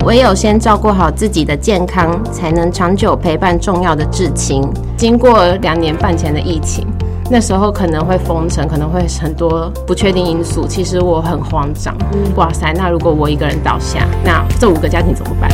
唯有先照顾好自己的健康，才能长久陪伴重要的至亲。经过2年半前的疫情，那时候可能会封城，可能会很多不确定因素，其实我很慌张。哇塞，那如果我一个人倒下，那这5个家庭怎么办？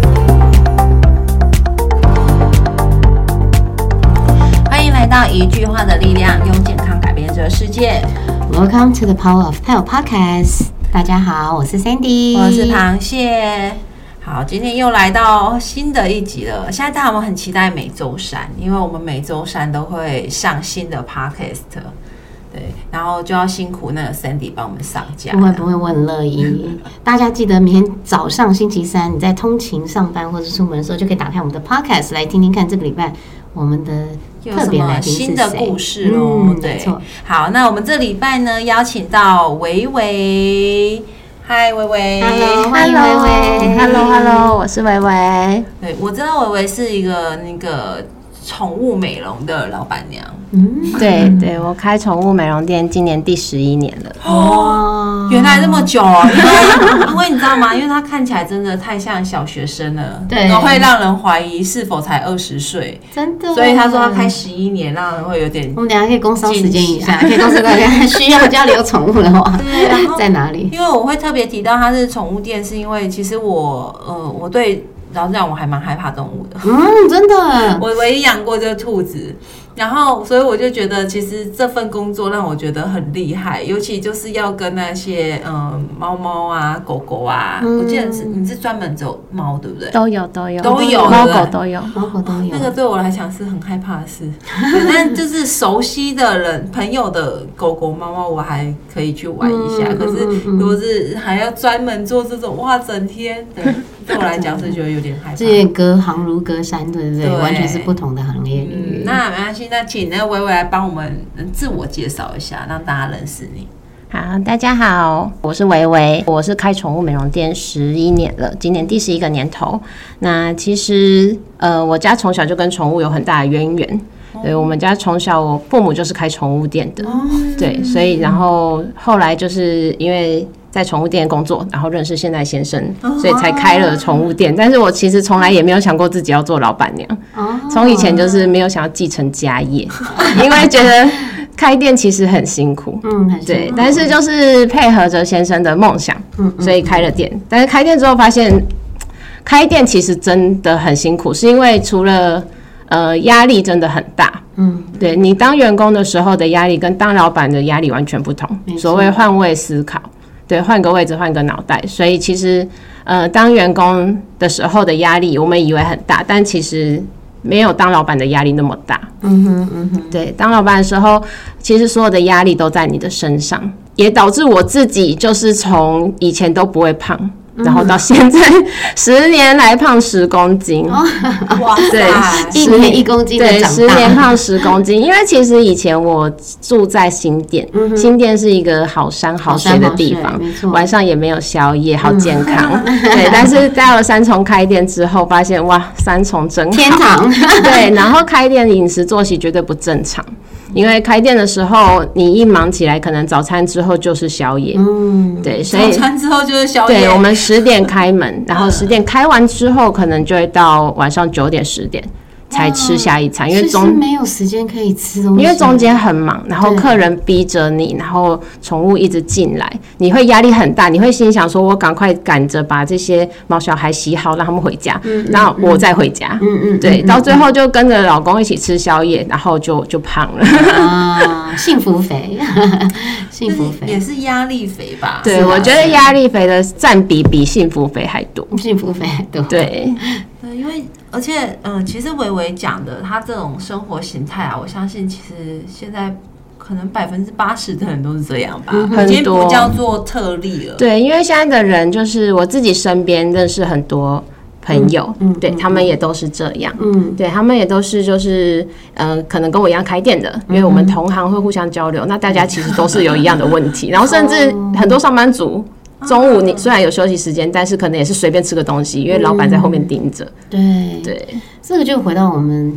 欢迎来到一句话的力量，用健康改变这个世界。 Welcome to the Power of Health Podcast。大家好，我是 Sandy， 我是螃蟹。好，今天又来到新的一集了。现在大家有没有很期待每周三？因为我们每周三都会上新的 Podcast， 对，然后就要辛苦那个 Sandy 帮我们上架。 不会，我很乐意。大家记得明天早上星期三，你在通勤上班或者出门的时候，就可以打开我们的 Podcast 来听听看这个礼拜我们的特别来宾是谁， 新的故事咯。对，没错。好，那我们这礼拜呢，邀请到维维。嗨，维维 ，Hello， 欢迎维维 ，Hello， 我是维维。 对，我知道维维是一个那个宠物美容的老板娘。 对，我开宠物美容店，今年第11年了。 哦，原来这么久哦！因为你知道吗？因为她看起来真的太像小学生了，对，都会让人怀疑是否才20岁， 真的。 所以她说她开11年，让人会有点。 我们等一下可以工商时间一下，可以告诉大家需要交流宠物的话，对，然后在哪里？ 因为我会特别提到它是宠物店，是因为其实我对。老实讲，我还蛮害怕动物的。 真的。 我唯一养过这个兔子，然后所以我就觉得，其实这份工作让我觉得很厉害，尤其就是要跟那些猫猫啊、狗狗啊。我记得你是专门走猫，对不对？ 都有， 猫狗都有。 那个对我来讲是很害怕的事，但就是熟悉的人、朋友的狗狗、猫猫，我还可以去玩一下。可是如果是还要专门做这种哇，整天对我来讲是觉得有点害怕。 这隔行如隔山，对不对？完全是不同的行业领域。 那没关系，那请那个维维来帮我们自我介绍一下，让大家认识你。 好，大家好，我是维维，我是开宠物美容店11年了，今年第11个年头。那其实我家从小就跟宠物有很大的渊源。对，我们家从小我父母就是开宠物店的，对，所以然后后来就是因为在宠物店工作，然后认识现在先生，所以才开了宠物店。但是我其实从来也没有想过自己要做老板娘，从以前就是没有想要继承家业，因为觉得开店其实很辛苦，对，但是就是配合着先生的梦想，所以开了店。但是开店之后发现，开店其实真的很辛苦，是因为除了压力真的很大，对，你当员工的时候的压力跟当老板的压力完全不同。所谓换位思考，对，换个位置，换个脑袋。所以其实当员工的时候的压力，我们以为很大，但其实没有当老板的压力那么大。对，当老板的时候，其实所有的压力都在你的身上，也导致我自己就是从以前都不会胖。然后到现在10年来胖10公斤， 哇，对 ，1年1公斤的长大， 对，10年胖10公斤。因为其实以前我住在新店，新店是一个好山好水的地方，晚上也没有宵夜，好健康。对，但是到了三重开店之后，发现哇，三重真好， 天堂。 对，然后开店饮食作息绝对不正常。因为开店的时候，你一忙起来，可能早餐之后就是宵夜，对，所以早餐之后就是宵夜。 对，我们10点开门，然后10点开完之后，可能就会到晚上9点10点才吃下一餐，因为没有时间可以吃东西， 因为中间很忙，然后客人逼着你，然后宠物一直进来，你会压力很大，你会心想说：“我赶快赶着把这些毛小孩洗好，让他们回家，然后我再回家。”对，到最后就跟着老公一起吃宵夜，然后就胖了。 啊，幸福肥，幸福肥也是压力肥吧？ 对，我觉得压力肥的占比幸福肥还多， 幸福肥还多。 对， 因为而且其实维维讲的他这种生活形态啊，我相信其实现在可能80%的人都是这样吧，已经不叫做特例了。 对，因为现在的人就是我自己身边认识很多朋友，对，他们也都是这样，对，他们也都是就是可能跟我一样开店的，因为我们同行会互相交流，那大家其实都是有一样的问题，然后甚至很多上班族。中午你虽然有休息时间，但是可能也是随便吃个东西，因为老板在后面盯着。 对，这个就回到我们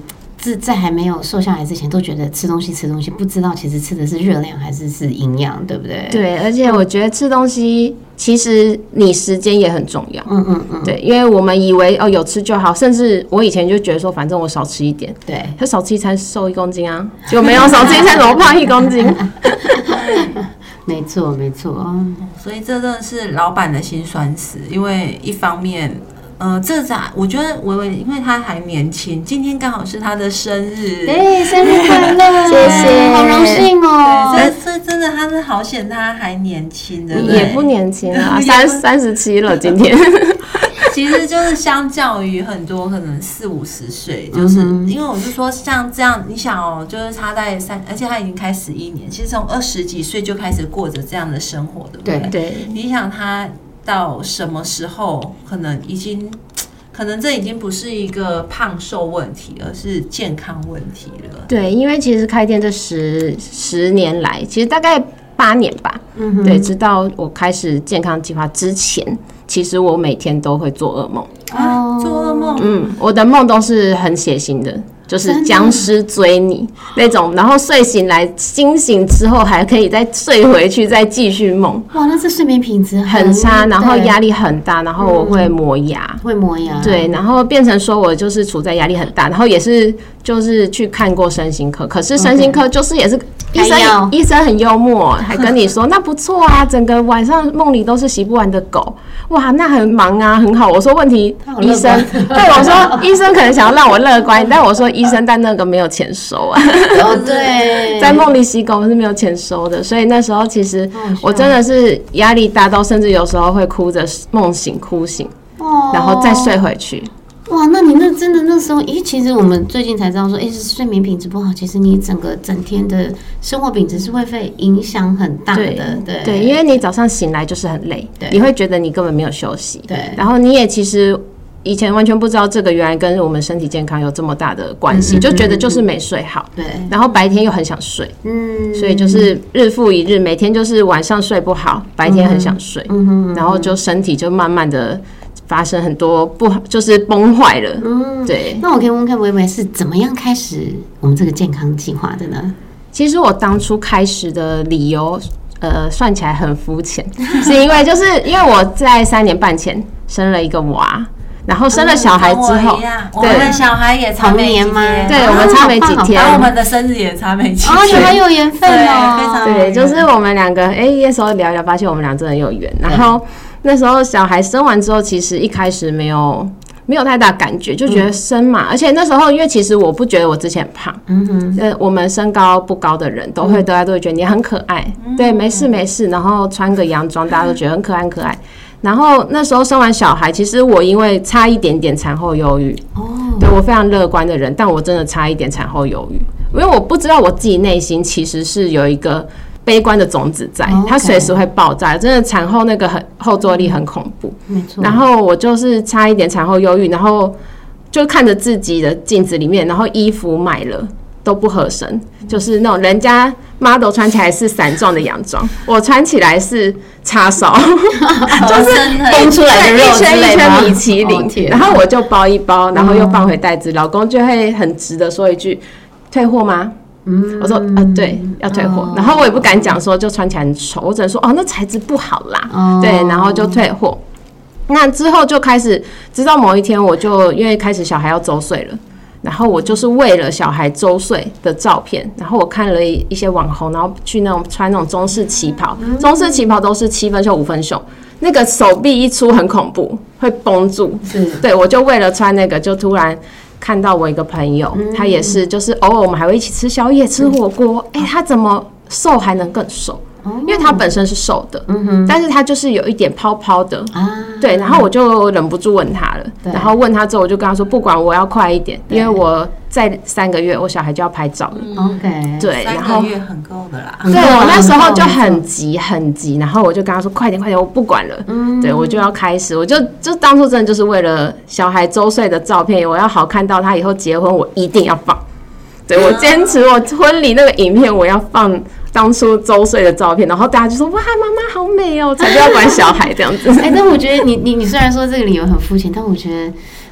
在还没有瘦下来之前，都觉得吃东西，不知道其实吃的是热量还是营养，对不对？ 对，而且我觉得吃东西其实你时间也很重要。对，因为我们以为有吃就好，甚至我以前就觉得说，反正我少吃一点， 对， 他少吃一餐瘦1公斤啊，就没有少吃一餐怎么胖1公斤？ 没错。 所以这真的是老板的辛酸史，因为一方面。我觉得维维，因为他还年轻，今天刚好是他的生日， 对，生日快乐， 谢谢， 好荣幸哦。 这真的，他是好险，他还年轻的， 也不年轻啊，37了，今天。 其实就是相较于很多可能40-50岁，就是因为我就说像这样，你想哦，就是他在而且他已经开11年，其实从20几岁就开始过着这样的生活，对不对？ 对， 你想他。到什么时候可能这已经不是一个胖瘦问题，而是健康问题了。 对，因为其实开店这十年来，其实大概8年吧。对，直到我开始健康计划之前，其实我每天都会做噩梦。 做噩梦。 我的梦都是很血腥的。就是僵尸追你那种，然后睡醒来惊醒之后还可以再睡回去，再继续梦。 哇，那这睡眠品质很差，然后压力很大，然后我会磨牙，对，然后变成说我就是处在压力很大，然后也是就是去看过身心科，可是身心科就是也是医生很幽默，还跟你说那不错啊，整个晚上梦里都是洗不完的狗，哇，那很忙啊，很好。我说问题医生，对我说医生可能想要让我乐观，但我说医生但那个没有钱收啊。 对， 在梦里洗狗是没有钱收的，所以那时候其实我真的是压力大到，甚至有时候会哭着梦醒哭醒，然后再睡回去。 哇，那你那真的那时候，其实我们最近才知道说，睡眠品质不好，其实你整天的生活品质是会被影响很大的。 对，因为你早上醒来就是很累，你会觉得你根本没有休息。 对， 然后你也其实以前完全不知道这个原来跟我们身体健康有这么大的关系，就觉得就是没睡好。 对， 然后白天又很想睡，所以就是日复一日，每天就是晚上睡不好，白天很想睡，然后就身体就慢慢的。发生很多不好，就是崩坏了。对。 那我可以问看维维是怎么样开始我们这个健康计划的呢？ 其实我当初开始的理由，算起来很肤浅，是因为我在3年半前生了一个娃，然后生了小孩之后， 我们的小孩也差没几天吗？ 对，我们差没几天， 然后我们的生日也差没几天， 你们有缘分哦， 非常对，就是我们两个，那时候聊一聊，发现我们俩真的有缘，然后。那时候小孩生完之后，其实一开始没有太大感觉，就觉得生嘛。而且那时候，因为其实我不觉得我之前很胖，我们身高不高的人大家都会觉得你很可爱，对，没事，然后穿个洋装，大家都觉得很可爱。然后那时候生完小孩，其实我因为差一点点产后忧郁，对我非常乐观的人，但我真的差一点产後憂鬱，因为我不知道我自己内心其实是有一个。悲观的种子在，它随时会爆炸。真的产后那个后坐力很恐怖， 没错。 然后我就是差一点产后忧郁，然后就看着自己的镜子里面，然后衣服买了都不合身，就是那种人家 model 穿起来是伞状的洋装，我穿起来是叉烧，就是崩出来的肉一圈一圈米其林，然后我就包一包，然后又放回袋子，老公就会很直的说一句：“退货吗？”我说对，要退货，然后我也不敢讲说就穿起来很丑，我只能说那材质不好啦，对，然后就退货。那之后就开始，直到某一天，我就因为开始小孩要周岁了，然后我就是为了小孩周岁的照片，然后我看了一些网红，然后去那种穿那种中式旗袍，中式旗袍都是7分袖5分袖，那个手臂一出很恐怖，会绷住，对，我就为了穿那个，就突然。看到我一个朋友，他也是，就是偶尔我们还会一起吃宵夜、吃火锅。他怎么瘦还能更瘦？因为他本身是瘦的，但是他就是有一点泡泡的，对。然后我就忍不住问他了，然后问他之后，我就跟他说，不管我要快一点，因为我再3个月，我小孩就要拍照了。 OK， 对，然后 3个月很够的啦。 对，我那时候就很急，然后我就跟他说，快点，我不管了。对，我就要开始，我就当初真的就是为了小孩周岁的照片，我要好看到他以后结婚，我一定要放。对，我坚持我婚礼那个影片我要放当初周岁的照片，然后大家就说哇，妈妈好美哦，才不要管小孩这样子。 但我觉得你虽然说这个理由很肤浅，但我觉得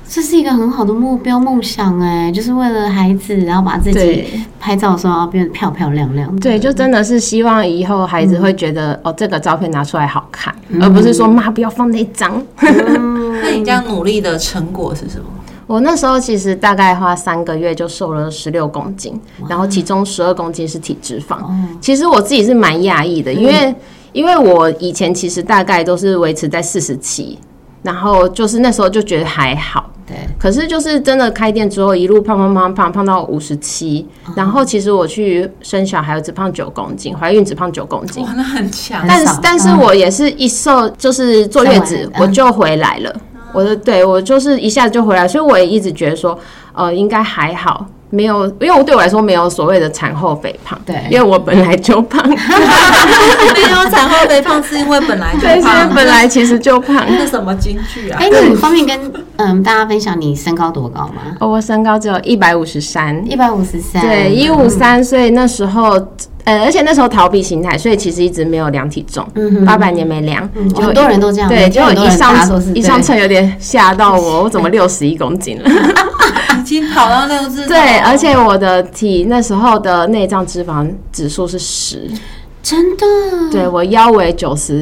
这是一个很好的目标梦想哎，就是为了孩子，然后把自己拍照的时候要变得漂漂亮亮的。 对，就真的是希望以后孩子会觉得、这个照片拿出来好看，而不是说妈不要放那张。 那你这样努力的成果是什么？ 我那时候其实大概花3个月就瘦了16公斤，然后其中12公斤是体脂肪。其实我自己是蛮讶异的，因为我以前其实大概都是维持在47，然后就是那时候就觉得还好。 对， 可是就是真的开店之后，一路胖到57，然后其实我去生小孩只胖9公斤，怀孕只胖9公斤。 哇，那很强。 但是我也是一瘦就是坐月子我就回来了。我就是一下子就回来，所以我也一直觉得说，应该还好，没有，因为对我来说没有所谓的产后肥胖， 对， 因为我本来就胖， 没有产后肥胖是因为本来就胖， 对，是因为本来其实就胖。 那什么金句啊？ 那你方便跟大家分享你身高多高吗？ 我身高只有153，对，153，所以那时候。而且那时候逃避心态，所以其实一直没有量体重，800年没量， 很多人都这样。 对，结果一上秤有点吓到我怎么61公斤了？ 已经跑到6字头。 对，而且我的那时候的内脏脂肪指数是10。 真的， 对，我腰围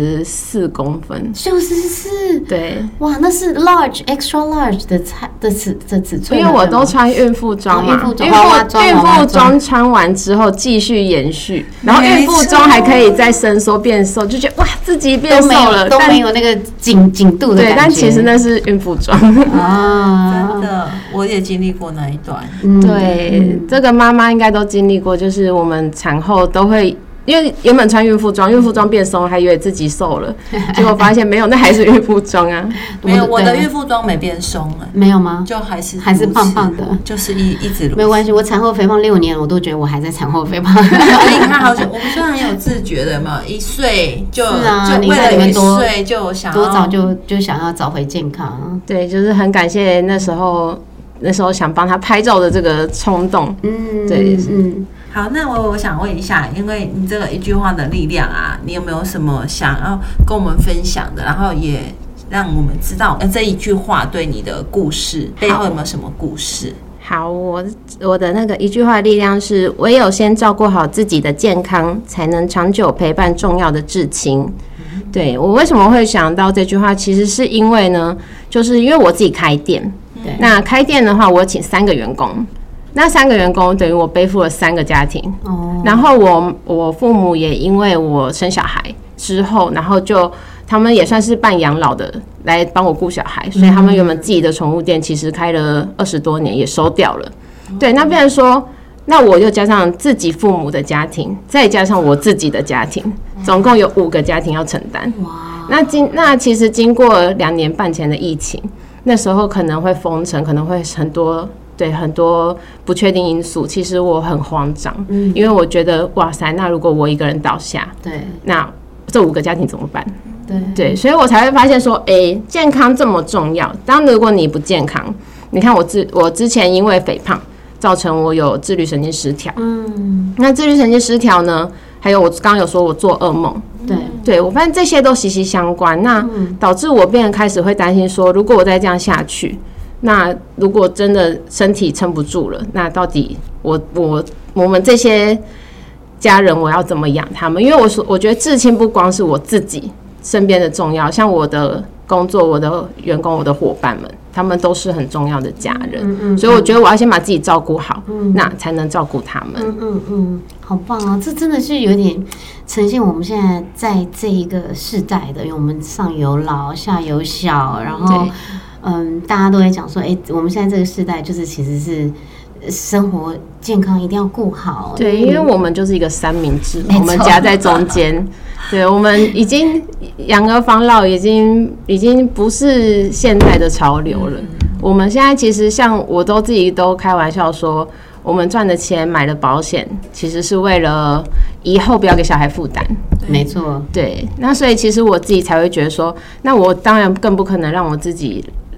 94公分 ，94， 对， 哇，那是 large extra large 的尺寸， 因为我都穿孕妇装嘛，孕妇装穿完之后继续延续，然后孕妇装还可以再伸缩变瘦，就觉得哇，自己变瘦了， 都没有那个紧度的感觉， 对，但其实那是孕妇装啊，真的，我也经历过那一段， 对，这个妈妈应该都经历过，就是我们产后都会。因为原本穿孕妇装变松，还以为自己瘦了，结果发现没有，那还是孕妇装啊。 没有，我的孕妇装没变松没有吗？ 就还是胖胖的， 就是一直没有关系。我产后肥胖6年，我都觉得我还在产后肥胖。 你看，好久我们虽然很有自觉的嘛，1岁就为了1岁就想多早就想要找回健康。 对，就是很感谢那时候想帮他拍照的这个冲动。对， 好，那我想问一下，因为你这个一句话的力量啊，你有没有什么想要跟我们分享的？然后也让我们知道，这一句话对你的故事背后有没有什么故事？ 好，我的那个一句话的力量是：唯有先照顾好自己的健康，才能长久陪伴重要的至亲。对，我为什么会想到这句话？其实是因为呢，就是因为我自己开店，那开店的话，我请3个员工。那3个员工等于我背负了3个家庭，然后我父母也因为我生小孩之后，然后他们也算是半养老的来帮我顾小孩，所以他们原本自己的宠物店其实开了20多年也收掉了。对，那变成说，那我又加上自己父母的家庭，再加上我自己的家庭，总共有5个家庭要承担。那其实经过2年半前的疫情，那时候可能会封城，可能会很多不确定因素，其实我很慌张，因为我觉得哇塞，那如果我一个人倒下， 对， 那这5个家庭怎么办？ 对， 所以我才会发现说，健康这么重要。如果你不健康，你看我之前因为肥胖，造成我有自律神经失调。那自律神经失调呢，还有我刚刚有说我做噩梦，对，我发现这些都息息相关。那导致我变得开始会担心说，如果我再这样下去。那如果真的身体撑不住了，那到底我们这些家人我要怎么养他们？因为我觉得至亲不光是我自己身边的重要，像我的工作、我的员工、我的伙伴们，他们都是很重要的家人。所以我觉得我要先把自己照顾好，那才能照顾他们。 好棒啊！这真的是有点呈现我们现在在这一个世代的，因为我们上有老下有小，然后。大家都会讲说，我们现在这个时代就是其实是生活健康一定要顾好。 对，因为我们就是一个三明治，我们夹在中间。对，我们已经养儿防老，已经不是现在的潮流了。我们现在其实像我自己都开玩笑说，我们赚的钱买了保险，其实是为了以后不要给小孩负担。 没错， 对。那所以其实我自己才会觉得说，那我当然更不可能让我自己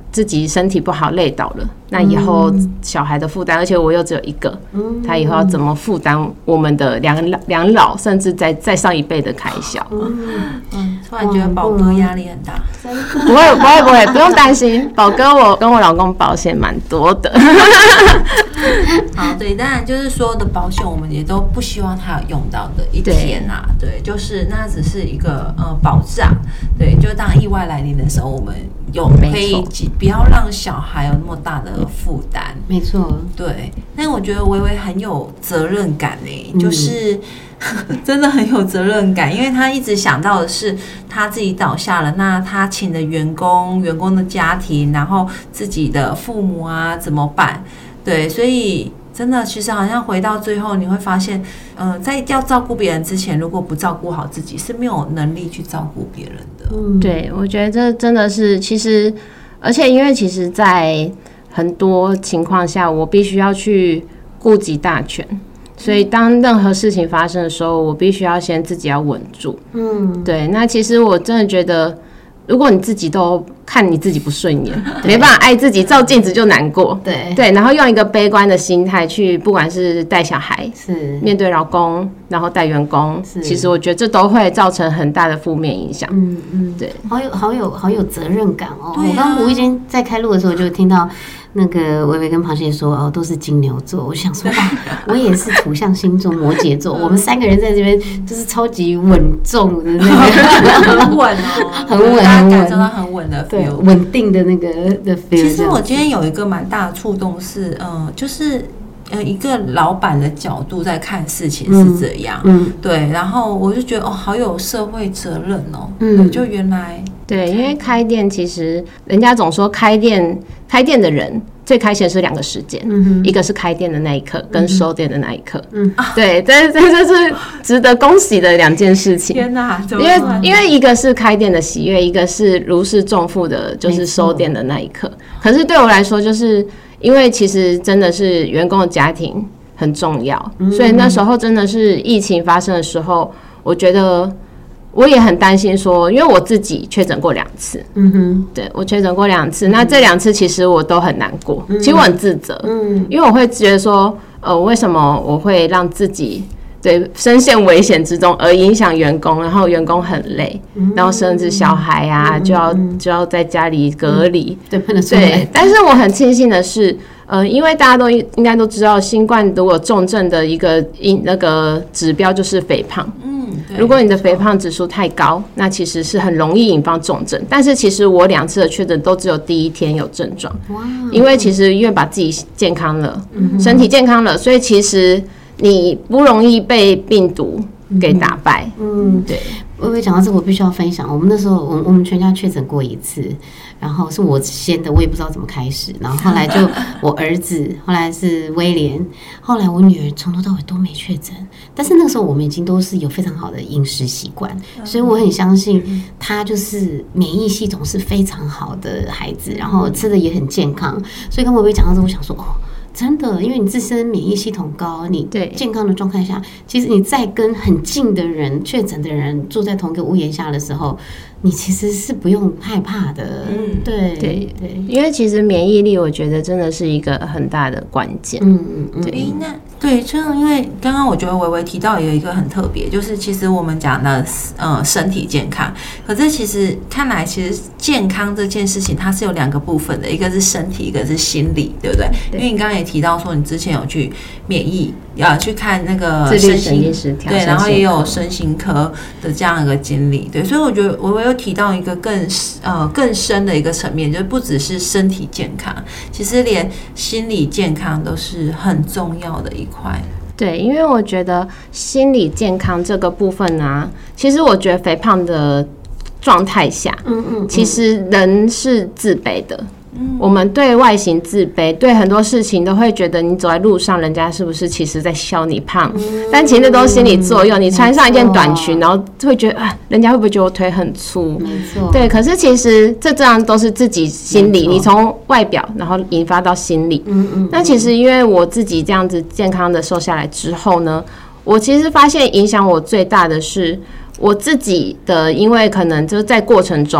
自己身体不好累倒了，那以后小孩的负担，而且我又只有一个，他以后要怎么负担我们的两老，甚至再上一辈的开销？ 突然觉得宝哥压力很大。 不会，不用担心，宝哥我跟我老公保险蛮多的。 好，对，当然就是所有的保险，我们也都不希望他有用到的一天啊。对，就是那只是一个保障。对，就当意外来临的时候，我们可以不要让小孩有那么大的负担。 没错， 对。但我觉得微微很有责任感就是真的很有责任感，因为他一直想到的是他自己倒下了，那他请的员工的家庭，然后自己的父母啊怎么办？对，所以真的其实好像回到最后，你会发现，在要照顾别人之前，如果不照顾好自己，是没有能力去照顾别人的。 对，我觉得这真的是，其实而且因为其实在很多情况下，我必须要去顾及大权。所以当任何事情发生的时候，我必须要先自己要稳住。对。那其实我真的觉得，如果你自己都看你自己不顺眼，没办法爱自己，照镜子就难过。对，然后用一个悲观的心态去，不管是带小孩，是面对老公，然后带员工，其实我觉得这都会造成很大的负面影响。对， 好有责任感哦。我刚无意间在开录的时候就听到那个微微跟螃蟹说都是金牛座，我想说我也是土象星座摩羯座，我们3个人在这边就是超级稳重的那个很稳哦， 很稳， 感受到很稳的 feel， 稳定的那个的 feel。 其实我今天有一个蛮大的触动是，就是一个老板的角度在看事情是这样，对，然后我就觉得好有社会责任哦，就原来对，因为开店其实人家总说开店的人最开心的是2个时间，一个是开店的那一刻，跟收店的那一刻，对，这是值得恭喜的2件事情。 天哪， 因为一个是开店的喜悦，一个是如释重负的，就是收店的那一刻。可是对我来说，就是因为其实真的是员工的家庭很重要，所以那时候真的是疫情发生的时候，我觉得我也很担心说，因为我自己确诊过2次，对，我确诊过2次，那这2次其实我都很难过，其实我很自责，因为我会觉得说，为什么我会让自己对深陷危险之中，而影响员工，然后员工很累，然后甚至小孩啊就要在家里隔离， 对，不能出来。 对，但是我很庆幸的是，因为大家都应该都知道，新冠如果重症的一个那个指标就是肥胖。如果你的肥胖指数太高，那其实是很容易引发重症。但是其实我2次的确诊都只有第1天有症状，因为其实因为把自己健康了，身体健康了，所以其实你不容易被病毒给打败。对。 微微讲到这个，我必须要分享。我们那时候，我们全家确诊过1次，然后是我先的，我也不知道怎么开始。然后后来就我儿子，后来是威廉，后来我女儿从头到尾都没确诊。但是那个时候我们已经都是有非常好的饮食习惯，所以我很相信他就是免疫系统是非常好的孩子，然后吃的也很健康。所以跟微微讲到这，我想说真的，因为你自身免疫系统高，你健康的状态下，其实你在跟很近的人、确诊的人住在同一个屋檐下的时候，你其实是不用害怕的。对， 因为其实免疫力，我觉得真的是一个很大的关键。 对，对，就因为刚刚我觉得微微提到有一个很特别，就是其实我们讲的身体健康，可是其实看来其实健康这件事情它是有2个部分的，一个是身体，一个是心理，对不对？因为你刚刚也提到说你之前有去免疫去看那个自律神经失调， 对，然后也有身心科的这样一个经历，对，所以我觉得我又提到一个更深的一个层面，就是不只是身体健康，其实连心理健康都是很重要的一块。 对，因为我觉得心理健康这个部分啊，其实我觉得肥胖的状态下，其实人是自卑的。我们对外形自卑，对很多事情都会觉得你走在路上，人家是不是其实在笑你胖？但其实都是心理作用。你穿上一件短裙，然后会觉得人家会不会觉得我腿很粗？ 没错， 对。可是其实这样都是自己心理，你从外表然后引发到心理。那其实因为我自己这样子健康的瘦下来之后呢，我其实发现影响我最大的是我自己的，因为可能就是在过程中。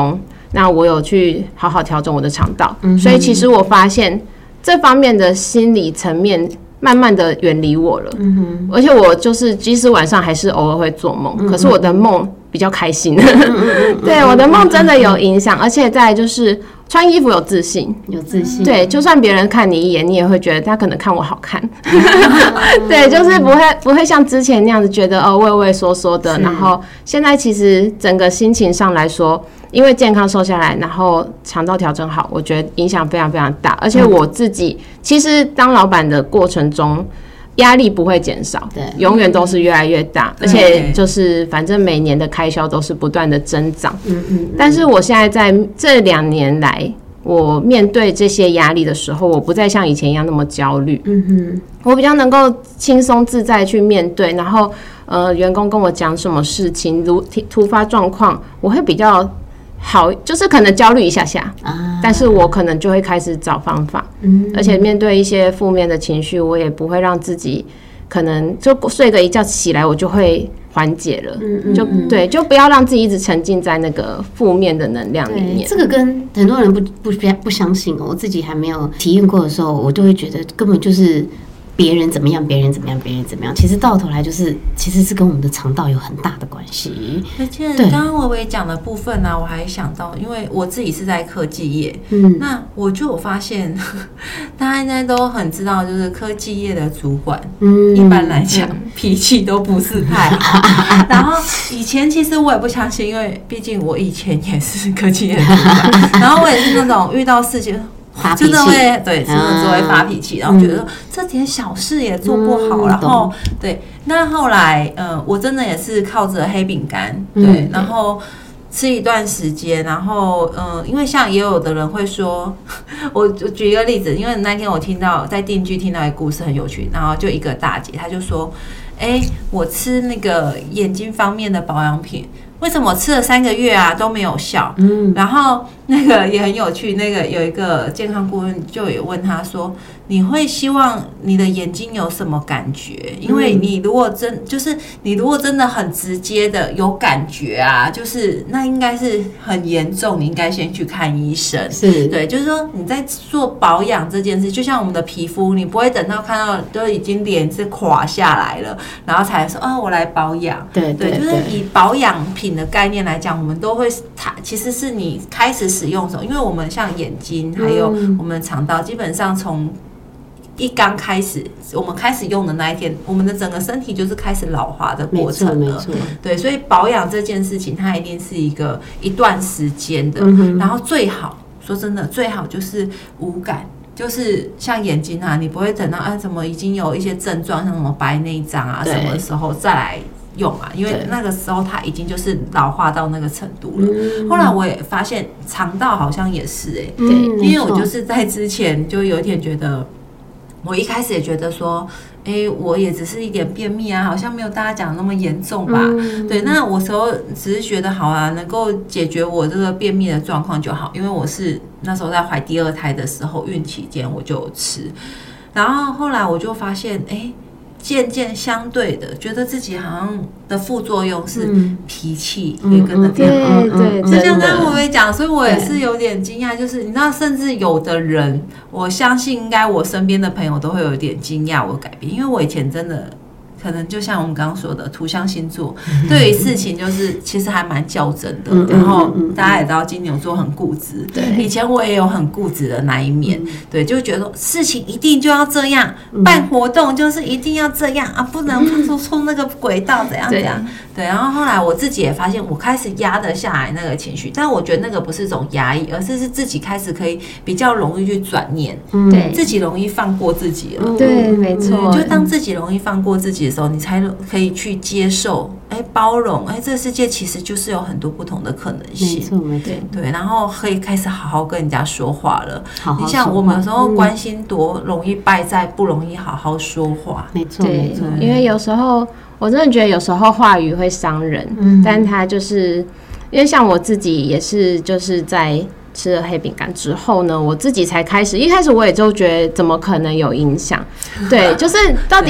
那我有去好好调整我的肠道，所以其实我发现这方面的心理层面慢慢的远离我了。而且我就是即使晚上还是偶尔会做梦，可是我的梦比较开心。对，我的梦真的有影响，而且再来就是穿衣服有自信，对，就算别人看你一眼，你也会觉得他可能看我好看。对，就是不会像之前那样子觉得畏畏缩缩的。然后现在其实整个心情上来说，因为健康瘦下来，然后肠道调整好，我觉得影响非常非常大。而且我自己其实当老板的过程中，压力不会减少，永远都是越来越大，而且就是反正每年的开销都是不断的增长。但是我现在在这2年来，我面对这些压力的时候，我不再像以前一样那么焦虑。我比较能够轻松自在去面对，然后员工跟我讲什么事情，如突发状况，我会比较好，就是可能焦虑一下下，但是我可能就会开始找方法，而且面对一些负面的情绪，我也不会让自己可能就睡个一觉起来，我就会缓解了，对，就不要让自己一直沉浸在那个负面的能量里面。 这个跟很多人不相信我自己还没有体验过的时候，我就会觉得根本就是别人怎么样，别人怎么样，别人怎么样，其实到头来其实是跟我们的肠道有很大的关系。 而且刚刚微微讲的部分呢，我还想到，因为我自己是在科技业，那我就有发现，大家应该都很知道，就是科技业的主管，一般来讲脾气都不是太好。然后以前其实我也不相信，因为毕竟我以前也是科技业的主管，然后我也是那种遇到事情。真的会对，真的会发脾气，然后觉得说这点小事也做不好，然后对，那后来我真的也是靠着黑饼干，对，然后吃一段时间，然后因为像也有的人会说，我举一个例子，因为那天我听到在定居听到一个故事很有趣，然后就一个大姐，她就说，我吃那个眼睛方面的保养品。为什么我吃了3个月啊都没有效？然后那个也很有趣，那个有一个健康顾问就有问他说：“你会希望你的眼睛有什么感觉？因为你如果真的很直接的有感觉啊，就是那应该是很严重，你应该先去看医生。对，就是说你在做保养这件事，就像我们的皮肤，你不会等到看到都已经脸是垮下来了，然后才说我来保养。对，就是以保养品的概念来讲，我们都会其实是你开始使用的时候，因为我们像眼睛还有我们的肠道，基本上从刚开始我们开始用的那一天，我们的整个身体就是开始老化的过程了。没错，对，所以保养这件事情，它一定是一段时间的。然后最好说真的，最好就是无感。就是像眼睛啊，你不会等到怎么已经有一些症状，像什么白内障啊，什么时候再来用啊？因为那个时候它已经就是老化到那个程度了。后来我也发现肠道好像也是对，因为我就是在之前就有点觉得，我一开始也觉得说，我也只是一点便秘啊，好像没有大家讲那么严重吧。对，那我时候只是觉得好啊，能够解决我这个便秘的状况就好，因为我是那时候在怀第2胎的时候，孕期间我就有吃，然后后来我就发现，渐渐相对的，觉得自己好像的副作用是脾气也跟着变好。对，就像刚刚我也讲，所以我也是有点惊讶，就是你知道，甚至有的人，我相信应该我身边的朋友都会有点惊讶我改变，因为我以前真的。可能就像我们刚刚说的土象星座，对于事情就是其实还蛮较真的。然后大家也知道金牛座很固执，以前我也有很固执的那一面，对，就觉得事情一定就要这样，办活动就是一定要这样啊，不能出那个轨道怎样怎样。对，然后后来我自己也发现，我开始压得下来那个情绪，但我觉得那个不是一种压抑，而是自己开始可以比较容易去转念，对，自己容易放过自己了。 对，没错， 就当自己容易放过自己的时候，你才可以去接受，包容，这个世界其实就是有很多不同的可能性。 没错， 对，然后可以开始好好跟人家说话了。你像我们有时候关心多容易败在不容易好好说话。 没错， 因为有时候我真的觉得有时候话语会伤人，但它就是因为像我自己也是就是在吃了黑饼干之后呢，我自己才开始，一开始我也就觉得怎么可能有影响？对，就是到底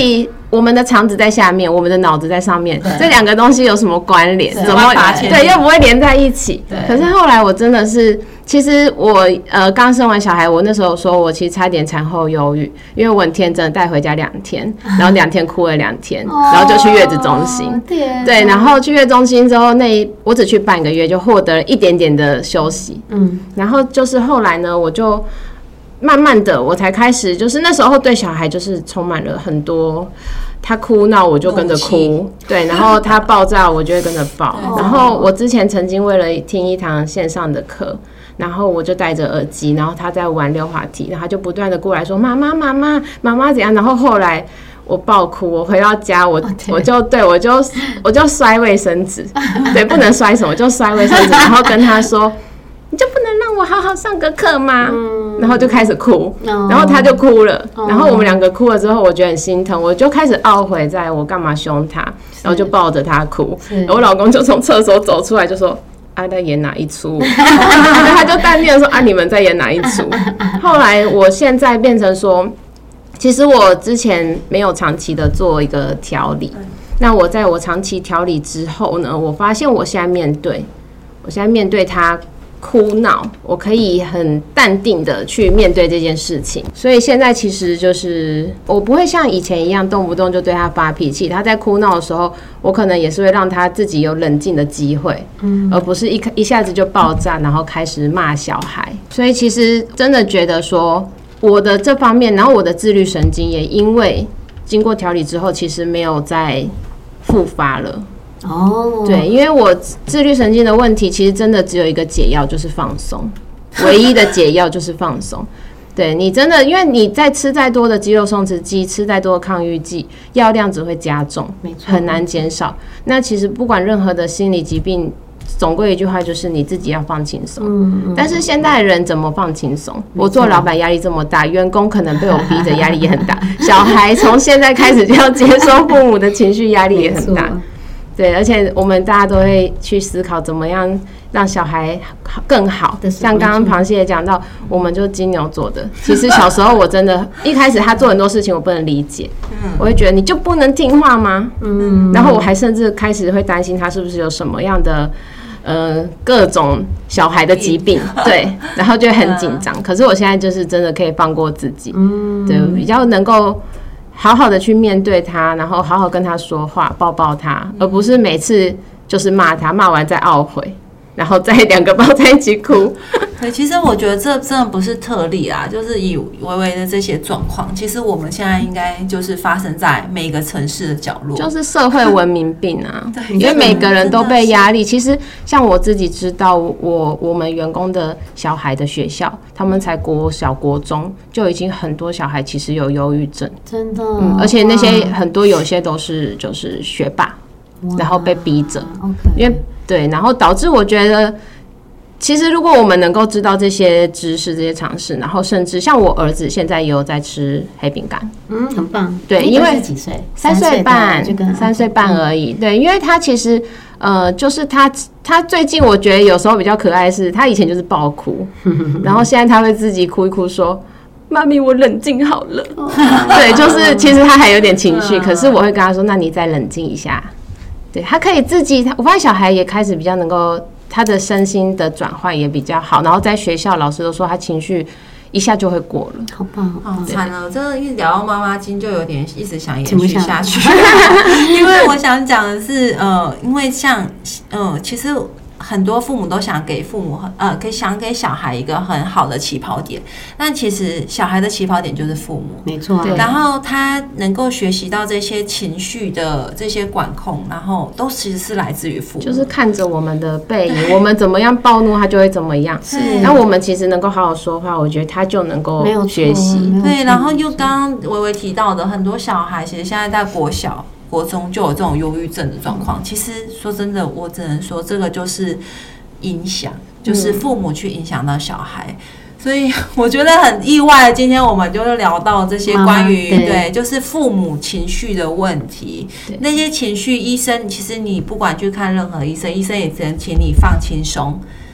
我们的肠子在下面，我们的脑子在上面，这2个东西有什么关联？怎么对又不会连在一起？可是后来我真的是，其实我刚生完小孩，我那时候说我其实差点产后忧郁，因为我很天真的带回家2天，然后2天哭了2天，然后就去月子中心。对，然后去月子中心之后，我只去半个月，就获得了一点点的休息。然后就是后来呢，我就慢慢的，我才开始，就是那时候对小孩就是充满了很多，他哭闹我就跟着哭，对，然后他爆炸我就会跟着爆。然后我之前曾经为了听一堂线上的课，然后我就戴着耳机，然后他在玩溜滑梯，然后他就不断的过来说妈妈妈妈妈妈怎样，然后后来我爆哭，我回到家我就摔卫生纸，对，不能摔什么，就摔卫生纸，然后跟他说。你就不能让我好好上个课吗？然后就开始哭，然后他就哭了，然后我们2个哭了之后，我觉得很心疼，我就开始懊悔，在我干嘛凶他，然后就抱着他哭，我老公就从厕所走出来就说。在演哪一出？他就淡定的说：“你们在演哪一出？”后来我现在变成说，其实我之前没有长期的做一个调理，那我在我长期调理之后呢，我发现我现在面对他。哭闹，我可以很淡定的去面对这件事情，所以现在其实就是我不会像以前一样动不动就对他发脾气。他在哭闹的时候，我可能也是会让他自己有冷静的机会，而不是一下子就爆炸，然后开始骂小孩。所以其实真的觉得说，我的这方面，然后我的自律神经也因为经过调理之后，其实没有再复发了。对，因为我自律神经的问题，其实真的只有一个解药，就是放松。唯一的解药就是放松。对，你真的，因为你在吃再多的肌肉松弛剂，吃再多的抗郁剂，药量只会加重，很难减少。那其实不管任何的心理疾病，总归一句话就是你自己要放轻松。但是现代人怎么放轻松？我做老板压力这么大，员工可能被我逼着压力也很大，小孩从现在开始就要接受父母的情绪压力也很大。对，而且我们大家都会去思考怎么样让小孩更好。像刚刚螃蟹也讲到，我们就是金牛座的。其实小时候我真的一开始他做很多事情我不能理解，我会觉得你就不能听话吗？然后我还甚至开始会担心他是不是有什么样的各种小孩的疾病，对，然后就很紧张。可是我现在就是真的可以放过自己，对，比较能够。好好的去面对他，然后好好跟他说话，抱抱他，而不是每次就是骂他，骂完再懊悔，然后再2个抱在一起哭。 对，其实我觉得这真的不是特例啦，就是以微微的这些状况，其实我们现在应该就是发生在每一个城市的角落， 就是社会文明病啊。因为每个人都被压力。其实像我自己知道，我们员工的小孩的学校，他们才国小国中就已经很多小孩其实有忧郁症， 真的。 而且那些很多有些都是就是学霸，然后被逼着，因为对，然后导致我觉得。其实，如果我们能够知道这些知识、这些常识，然后甚至像我儿子现在也有在吃黑饼干， 很棒。 对，因为几岁 ？3岁半，3岁半而已。对，因为他其实就是他最近我觉得有时候比较可爱的是，他以前就是爆哭，然后现在他会自己哭一哭说：“妈咪，我冷静好了。”对，就是其实他还有点情绪，可是我会跟他说：“那你再冷静一下。”对，他可以自己，我发现小孩也开始比较能够。他的身心的转换也比较好，然后在学校老师都说他情绪一下就会过了， 好棒！ 好惨了，真的，一聊到妈妈经就有点一直想延续下去，因为我想讲的是，因为像其实。很多父母都想给想给小孩一个很好的起跑点，但其实小孩的起跑点就是父母， 没错。 然后他能够学习到这些情绪的这些管控，然后都其实是来自于父母， 就是看着我们的背影，我们怎么样暴怒，他就会怎么样。那我们其实能够好好说话，我觉得他就能够学习。 对，然后又刚刚微微提到的，很多小孩其实现在在国小。国中就有这种忧郁症的状况，其实说真的，我只能说这个就是影响，就是父母去影响到小孩，所以我觉得很意外。今天我们就聊到这些关于对，就是父母情绪的问题，那些情绪，医生其实你不管去看任何医生，医生也只能请你放轻松。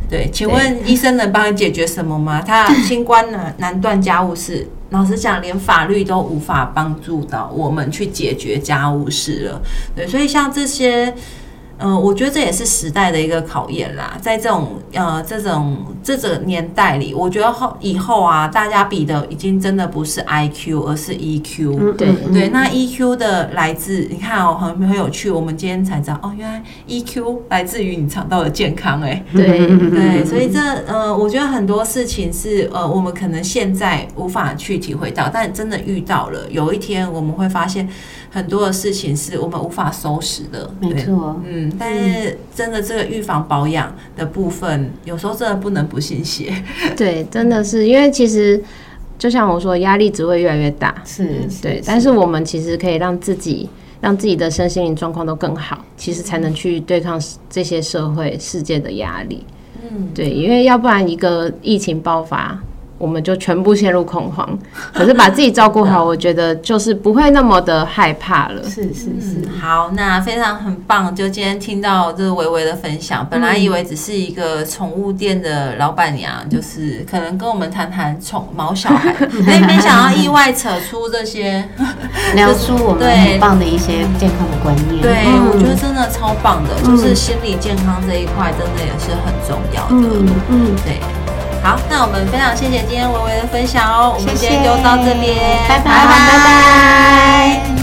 对，请问医生能帮你解决什么吗？他清官难断家务事，老实讲，连法律都无法帮助到我们去解决家务事了。对，所以像这些。我觉得这也是时代的一个考验啦，在这个年代里，我觉得以后啊，大家比的已经真的不是 IQ， 而是 EQ。对，那 EQ 的来自，你看哦，很有趣，我们今天才知道哦，原来 EQ 来自于你肠道的健康，对，所以我觉得很多事情是我们可能现在无法去体会到，但真的遇到了，有一天我们会发现很多的事情是我们无法收拾的， 没错， 但是真的这个预防保养的部分，有时候真的不能不信邪。 对，真的是因为其实就像我说，压力只会越来越大，对。但是我们其实可以让自己的身心灵状况都更好，其实才能去对抗这些社会世界的压力。对，因为要不然一个疫情爆发，我们就全部陷入恐慌。可是把自己照顾好，我觉得就是不会那么的害怕了。 是。 好，那非常很棒。就今天听到这个微微的分享，本来以为只是一个宠物店的老板娘，就是可能跟我们谈谈毛小孩，没想到意外扯出这些， 聊出我们很棒的一些健康的观念。 对，我觉得真的超棒的，就是心理健康这一块，真的也是很重要的。对。好，那我们非常谢谢今天微微的分享哦，我们今天就到这边， 拜拜。